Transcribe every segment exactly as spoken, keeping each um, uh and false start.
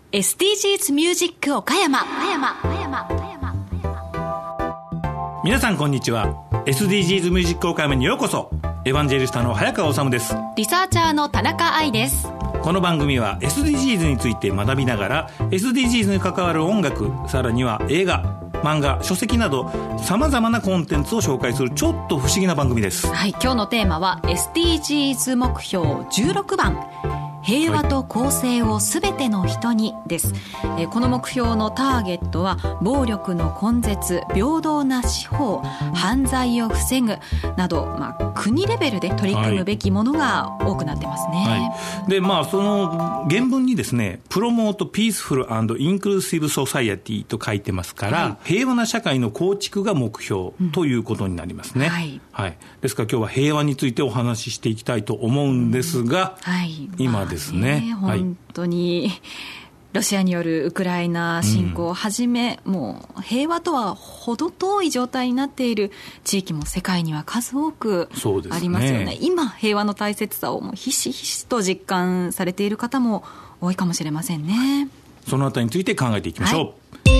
エスディージーズ ミュージック岡山。 皆さんこんにちは。 エスディージーズ ミュージック岡山にようこそ。エヴァンジェリスタの早川治です。 リサーチャーの田中愛です。 この番組は エスディージーズ について学びながら エスディージーズ に関わる音楽、さらには映画、漫画、書籍などさまざまなコンテンツを紹介するちょっと不思議な番組です。 はい、今日のテーマは エスディージーズ 目標じゅうろくばん、平和と公正をすべての人にです、えー、この目標のターゲットは暴力の根絶、平等な司法、犯罪を防ぐなど、まあ、国レベルで取り組むべきものが多くなってますね。 はいはい、でまあ、その原文にですね、プロモートピースフル&インクルーシブソサイエティと書いてますから、はい、平和な社会の構築が目標ということになりますね。うん、はいはい、ですから今日は平和についてお話ししていきたいと思うんですが、うん、はい、今ですね、 まあ、ね、本当にロシアによるウクライナ侵攻をはじめ、うん、もう平和とは程遠い状態になっている地域も世界には数多くありますよ ね, ね今平和の大切さをもうひしひしと実感されている方も多いかもしれませんね。 そのあたりについて考えていきましょう。はい、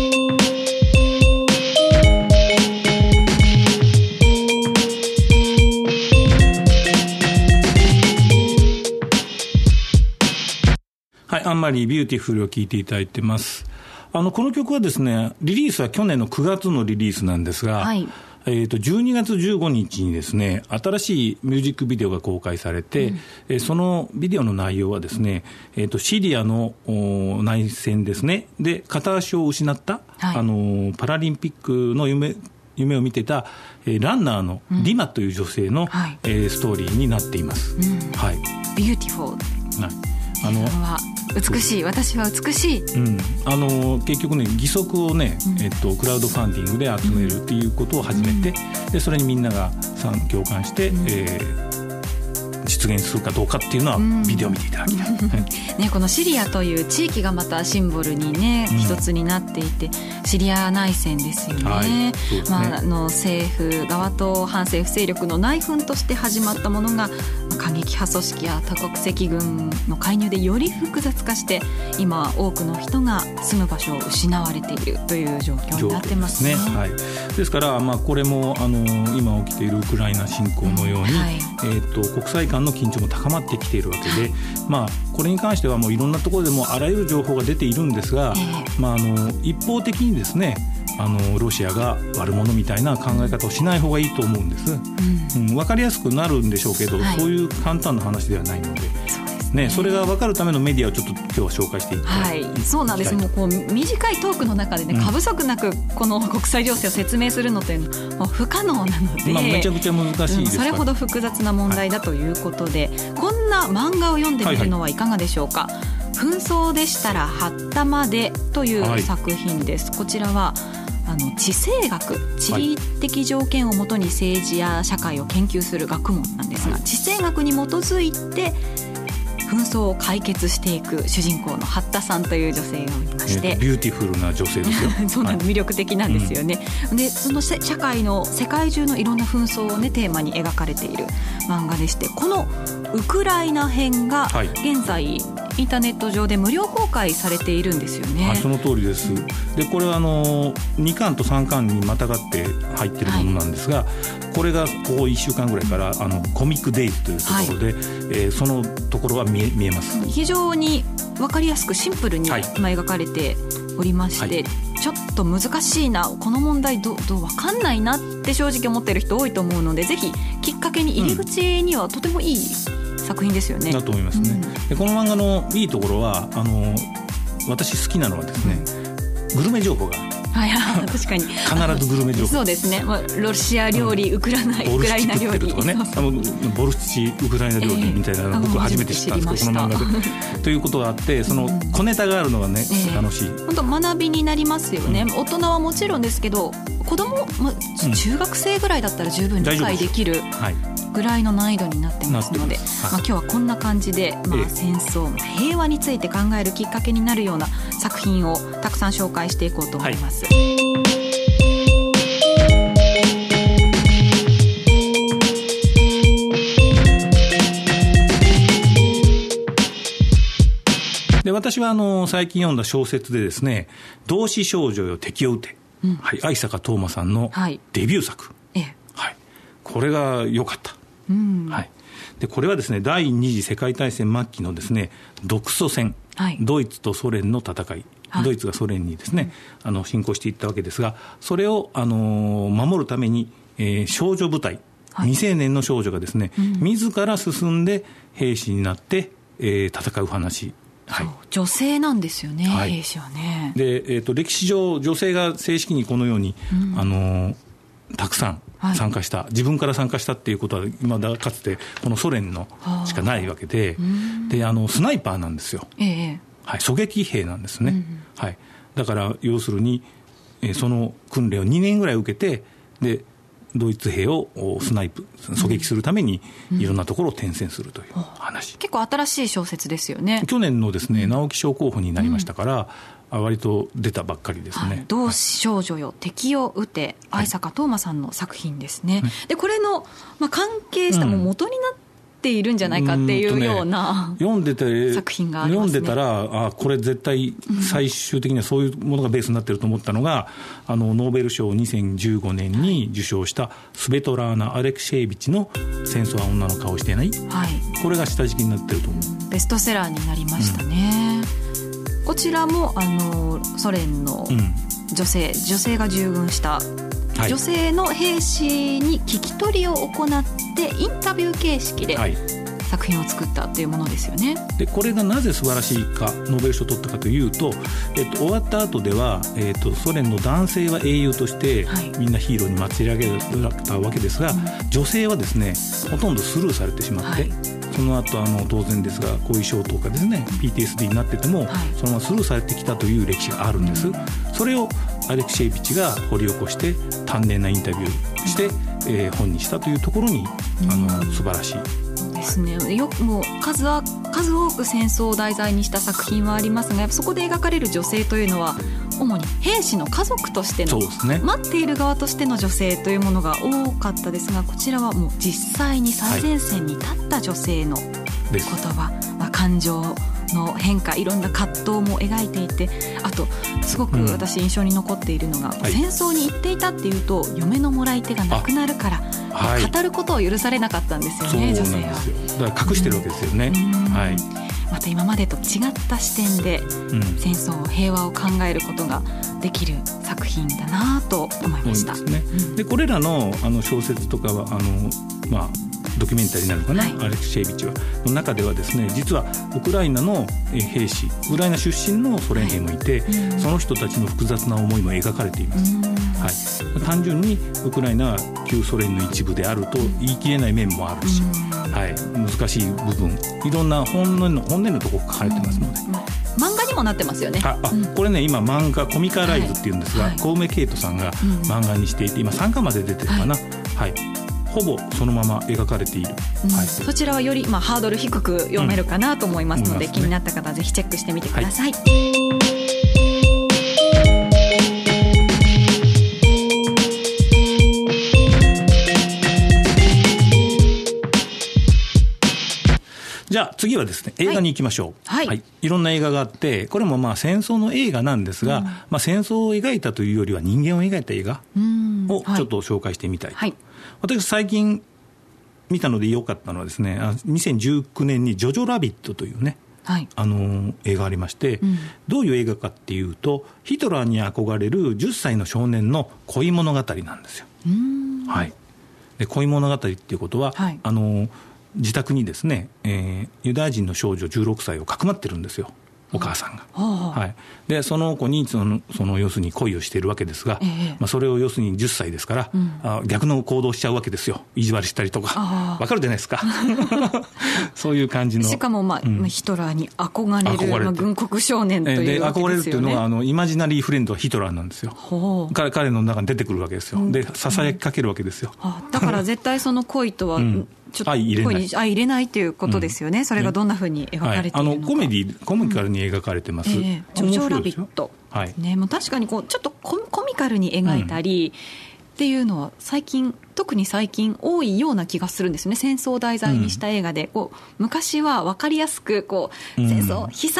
はい、アンマリービューティフルを聴いていただいてます。あのこの曲はですね、リリースは去年のくがつのリリースなんですが、はい、えー、とじゅうにがつじゅうごにちにですね、新しいミュージックビデオが公開されて、うん、えそのビデオの内容はですね、えー、とシリアの内戦ですね、で片足を失った、はい、あのパラリンピックの夢夢を見てた、えー、ランナーのディマという女性の、うん、はい、えー、ストーリーになっています。うん、はい、 ビューティフォー、はい、あのは美しい、私は美しい、うん、 あの結局ね、義足をね、うん、えっと、クラウドファンディングで集めるっていうことを始めて、うん、でそれにみんなが共感して、うん、えー実現するかどうかっていうのはビデオを見ていただきたい、うんね、このシリアという地域がまたシンボルにね、うん、一つになっていて、シリア内戦ですよね。はい、そうですね。まあ、あの政府側と反政府勢力の内紛として始まったものが過激派組織や多国籍軍の介入でより複雑化して、今多くの人が住む場所を失われているという状況になってますね。 ですね。はい、ですから、まあ、これもあの今起きているウクライナ侵攻のように、うん、はい、えー、と国際間の緊張も高まってきているわけで、まあ、これに関してはもういろんなところでもあらゆる情報が出ているんですが、えーまあ、あの一方的にですね、あのロシアが悪者みたいな考え方をしない方がいいと思うんです。うんうん、分かりやすくなるんでしょうけど、はい、そういう簡単な話ではないので、ね、それが分かるためのメディアをちょっと今日は紹介していきたい、はい、 そうなんです。もうこう短いトークの中でね、過不足なくこの国際情勢を説明するのというのは不可能なので、 まあ、めちゃくちゃ難しいですから、うん、 それほど複雑な問題だということで、はい、こんな漫画を読んでみるのはいかがでしょうか。はいはい、紛争でしたらはったまでという作品です。はい、こちらはあの地政学、地理的条件をもとに政治や社会を研究する学問なんですが、はい、地政学に基づいて紛争を解決していく主人公の八田さんという女性がおりまして、 えー、ビューティフルな女性ですよ。 そうなんです、はい、魅力的なんですよね。うん、でその社会の世界中のいろんな紛争を、ね、テーマに描かれている漫画でして、このウクライナ編が現在、はい、インターネット上で無料公開されているんですよね。 はい、その通りです。でこれはあのにかんとさんかんにまたがって入っているものなんですが、はい、これがここいっしゅうかんぐらいからあのコミックデイズというところで、はい、えー、そのところが見え、見えます。 非常に分かりやすくシンプルに今描かれておりまして、はい、ちょっと難しいな、この問題どう、どう分かんないなって正直思っている人多いと思うので、ぜひきっかけに入り口にはとてもいい作品ですよね。 だと思いますね。うん、でこの漫画のいいところは、あの私好きなのはですね、グルメ情報がはい、確かに必ずグルメ情報。 そうですね、まあ、ロシア料理、うん、ウクライナ、ウクライナ料理とかね、 ボルシチウクライナ料理みたいなのを僕初めて知ったんですけど、この漫画でということがあって、その小ネタがあるのがね、うん、楽しい。 本当学びになりますよね。うん、大人はもちろんですけど、子供、まあ、中学生ぐらいだったら十分理解できるぐらいの難易度になってますので、はい、まあ、今日はこんな感じで、まあ、戦争、平和について考えるきっかけになるような作品をたくさん紹介していこうと思います。はい、 私はあの最近読んだ小説でですね、同志少女よ敵を撃て、うん、はい、相坂冬馬さんのデビュー作、はい、はい、これが良かった、うん、はい、でこれはですね、第二次世界大戦末期のですね、独ソ戦、はい、ドイツとソ連の戦い、はい、ドイツがソ連にですね、うん、あの侵攻していったわけですが、それを、あのー、守るために、えー、少女部隊、はい、未成年の少女がですね、うん、自ら進んで兵士になって、えー、戦う話、 はい、女性なんですよね、はい、兵士はね。 で、えーと、歴史上女性が正式にこのように、うん、あのたくさん参加した、はい、自分から参加したっていうことは今だかつてこのソ連のしかないわけで、であのスナイパーなんですよ、ええ、はい、狙撃兵なんですね、うん、はい、だから要するに、えー、その訓練をにねんぐらい受けて、でドイツ兵をスナイプ狙撃するためにいろんなところを転戦するという話、うん、 結構新しい小説ですよね。 去年のですね、直木賞候補になりましたから、うん、割と出たばっかりですね、はい、 同志少女よ敵を撃て、相坂冬馬さんの作品ですね、はい、でこれの、まあ、関係したも元になってているんじゃないかっていうような、ね、読んでて作品がありますね。 読んでたら、あ、これ絶対最終的にはそういうものがベースになっていると思ったのが、うん、あのノーベル賞をにせんじゅうごねんに受賞したスベトラーナ・アレクシェービチの戦争は女の顔してない、はい、これが下敷きになっていると思う。 ベストセラーになりましたね、うん、こちらもあのソ連の女性、うん、女性が従軍した女性の兵士に聞き取りを行ってインタビュー形式で作品を作ったというものですよね。 でこれがなぜ素晴らしいか、ノーベル賞を取ったかというと、えっと、終わった後では、えっと、ソ連の男性は英雄として、はい、みんなヒーローに祭り上げられたわけですが、うん、女性はですねほとんどスルーされてしまって、はい、その後あの当然ですが後遺症とかですね ピーティーエスディー になってても、はい、そのままスルーされてきたという歴史があるんです、うん、それをアレクシェービチが掘り起こして丹念なインタビューして、えー、本にしたというところに、あの素晴らしいですね。よくもう 数, は数多く戦争を題材にした作品はありますが、やっぱそこで描かれる女性というのは主に兵士の家族としての、ね、待っている側としての女性というものが多かったですが、こちらはもう実際に最前線に立った女性の言葉、はい、まあ、感情の変化、いろんな葛藤も描いていて、あとすごく私印象に残っているのが、うん、戦争に行っていたっていうと嫁のもらい手がなくなるから、はい、語ることを許されなかったんですよね、女性は。 だから隠してるわけですよね、うん、はい、 また今までと違った視点で、うん、戦争平和を考えることができる作品だなと思いました。 そうですね、うん、でこれら の, あの小説とかはあの、まあドキュメンタリーなのかな、はい、アレクシェービチはの中ではですね、実はウクライナの兵士、ウクライナ出身のソ連兵もいて、はい、その人たちの複雑な思いも描かれています、はい、単純にウクライナは旧ソ連の一部であると言い切れない面もあるし、はい、難しい部分、いろんな本音の本音のところが書かれてますので、 漫画にもなってますよね。 ああ、うん、これね今漫画コミカライズっていうんですが、はい、小梅ケイトさんが漫画にしていて、今さんかまで出てるかな、はい、はい、ほぼそのまま描かれている、 うん、はい、そちらはより、まあ、ハードル低く読めるかなと思いますので、うん、気になった方はぜひチェックしてみてください、はい。 じゃあ次はですね、映画に行きましょう、はいはい、いろんな映画があって、これもまあ戦争の映画なんですが、うん、まあ、戦争を描いたというよりは人間を描いた映画をちょっと紹介してみたいと、はいはい、私最近見たので良かったのはですね、にせんじゅうきゅうねんにジョジョラビットというね、はい、あの映画がありまして、うん、どういう映画かっていうと、ヒトラーに憧れるじゅっさいの少年の恋物語なんですよ。うーん、はい、で恋物語っていうことは、はい、あの自宅にですね、えー、ユダヤ人の少女じゅうろくさいをかくまってるんですよ、お母さんが、はい、でその子にその、その要するに恋をしているわけですが、ええ、まあ、それを要するにじゅっさいですから、うん、あ逆の行動しちゃうわけですよ、意地悪したりとか、わかるじゃないですかそういう感じの、 しかも、まあうん、ヒトラーに憧れる憧れ、まあ、軍国少年というわけですよね。 で憧れるっていうのはあのイマジナリーフレンドはヒトラーなんですよ。彼, 彼の中に出てくるわけですよ。でささやきかけるわけですよ、うん、 だから絶対その恋とは、うん、ちょっと相入れない、相入れないということですよね、うん、それがどんなふうに描かれているのか、はい、あのコメディコミカルに描かれてます、うん、 えー、ジョジョラビット、はいね、もう確かにこうちょっと コ, コミカルに描いたり、うん、っていうのは最近特に最近多いような気がするんですね。戦争を題材にした映画で、うん、こう昔は分かりやすくこう戦争、うん、悲惨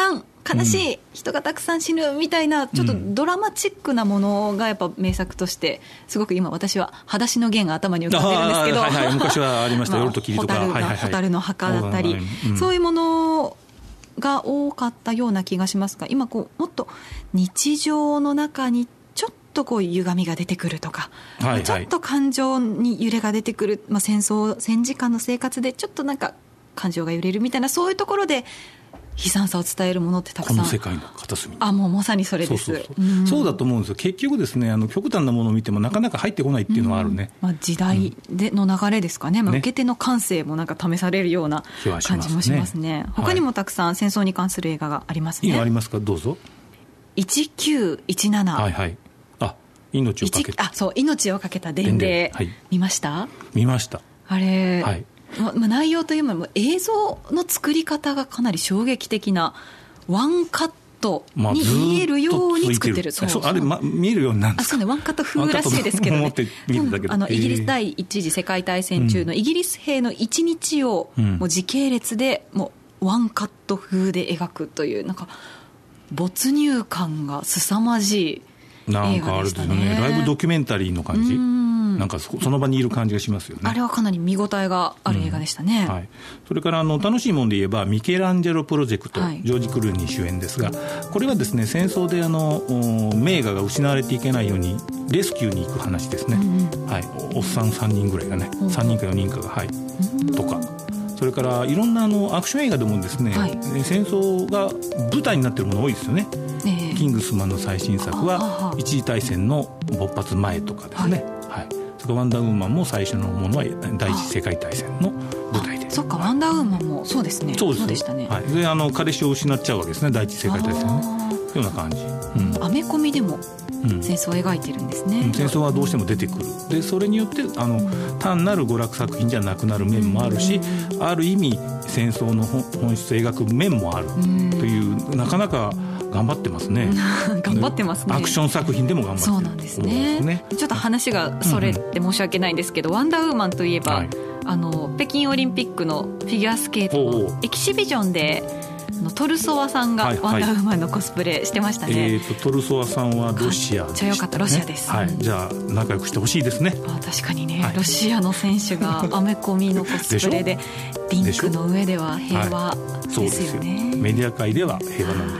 悲しい、うん、人がたくさん死ぬみたいなちょっとドラマチックなものがやっぱ名作としてすごく今私は裸足の弦が頭に浮かんでるんですけど、 はいはい、昔はありました、まあ、夜と霧とか蛍が、 はいはいはい、 蛍の墓だったり、うん、そういうものが多かったような気がしますが、今こうもっと日常の中にちょっとこう歪みが出てくるとか、はいはい、ちょっと感情に揺れが出てくる、まあ、戦争戦時間の生活でちょっとなんか感情が揺れるみたいな、そういうところで悲惨さを伝えるものってたくさん、 この世界の片隅に、 あ、もうまさにそれです。 そうそうそう、うん、そうだと思うんですよ。結局ですね、あの極端なものを見てもなかなか入ってこないっていうのはあるね、 うんまあ、時代での流れですかね、まあ、受け手の感性もなんか試されるような感じもしますね。他にもたくさん戦争に関する映画がありますね。 いいのありますか、どうぞ。 いちきゅういちなな、 はいはい、あ、命をかけた、 あ、そう、命をかけた伝令、はい、見ました？ 見ました。あれ、 はい、 まま、内容というよりも映像の作り方がかなり衝撃的な、ワンカットに見えるように作ってる、 まあ、そうそう、あれ、ま、見えるようになるんですか？ あ、そうね、ワンカット風らしいですけどね、 うん、 あのイギリス第一次世界大戦中のイギリス兵の一日を、うん、もう時系列でもうワンカット風で描くという、なんか没入感が凄まじい映画でしたね。なんかあれですよね、ライブドキュメンタリーの感じ、なんか そ, その場にいる感じがしますよね。あれはかなり見応えがある映画でしたね、 うんはい、それからあの楽しいもので言えばミケランジェロプロジェクト、はい、ジョージ・クルーニー主演ですが、これはですね、戦争であの名画が失われていけないようにレスキューに行く話ですね、うんうんはい、おっさんさんにんぐらいがね、うん、さんにんかよにんかが、はい、うん、とか、それからいろんなあのアクション映画でもですね、はい、戦争が舞台になっているもの多いですよね、えー、キングスマンの最新作は一次大戦の勃発前とかですね、はいはい、それからワンダーウーマンも最初のものは第一次世界大戦の舞台で、 そっか、ワンダーウーマンもそうですね、 そうです、 そうでしたね、 はい、であの彼氏を失っちゃうわけですね、第一次世界大戦ね、そういうような感じ、 うん、アメコミでも戦争を描いてるんですね、 うん、戦争はどうしても出てくる。でそれによってあの、うん、単なる娯楽作品じゃなくなる面もあるし、うん、ある意味戦争の本質を描く面もあるという、うん、なかなか頑張ってますね頑張ってますね。 アクション作品でも頑張ってる。 そうなんです ね, ねちょっと話がそれて申し訳ないんですけど、うん、ワンダーウーマンといえば、はい、あの北京オリンピックのフィギュアスケートのエキシビジョンでトルソワさんがワンダーウーマンのコスプレしてましたね、はいはい、えー、とトルソワさんはロシアでした、ね、 めっちゃよかった、ロシアです、 はい、じゃあ仲良くしてほしいですね。 あ、確かにね、はい、ロシアの選手がアメコミのコスプレでリンクの上では平和ですよね、はい、そうですよ。 メディア界では平和なんで、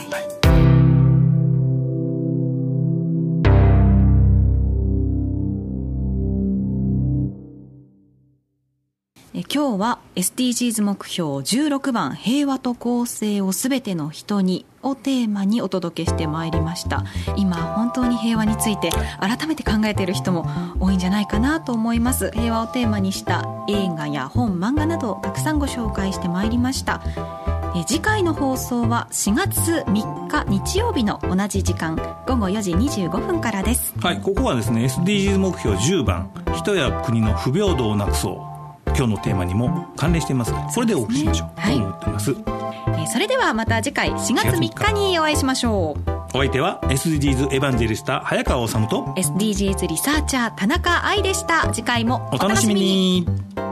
今日は エスディージーズ 目標じゅうろくばん、平和と公正をすべての人にをテーマにお届けしてまいりました。今本当に平和について改めて考えている人も多いんじゃないかなと思います。平和をテーマにした映画や本、漫画などをたくさんご紹介してまいりました。え次回の放送はしがつみっか日曜日の同じ時間ごごよじにじゅうごふんからです。 はい、ここはですね エスディージーズ 目標じゅうばん、人や国の不平等をなくそう、今日のテーマにも関連していますが、これでお送りしましょう、ね、と思っています、はい。 えー、それではまた次回しがつみっかにお会いしましょう。 お相手は エスディージーズ エヴァンジェリスタ早川治とエスディージーズ リサーチャー田中愛でした。次回もお楽しみに。 お楽しみに。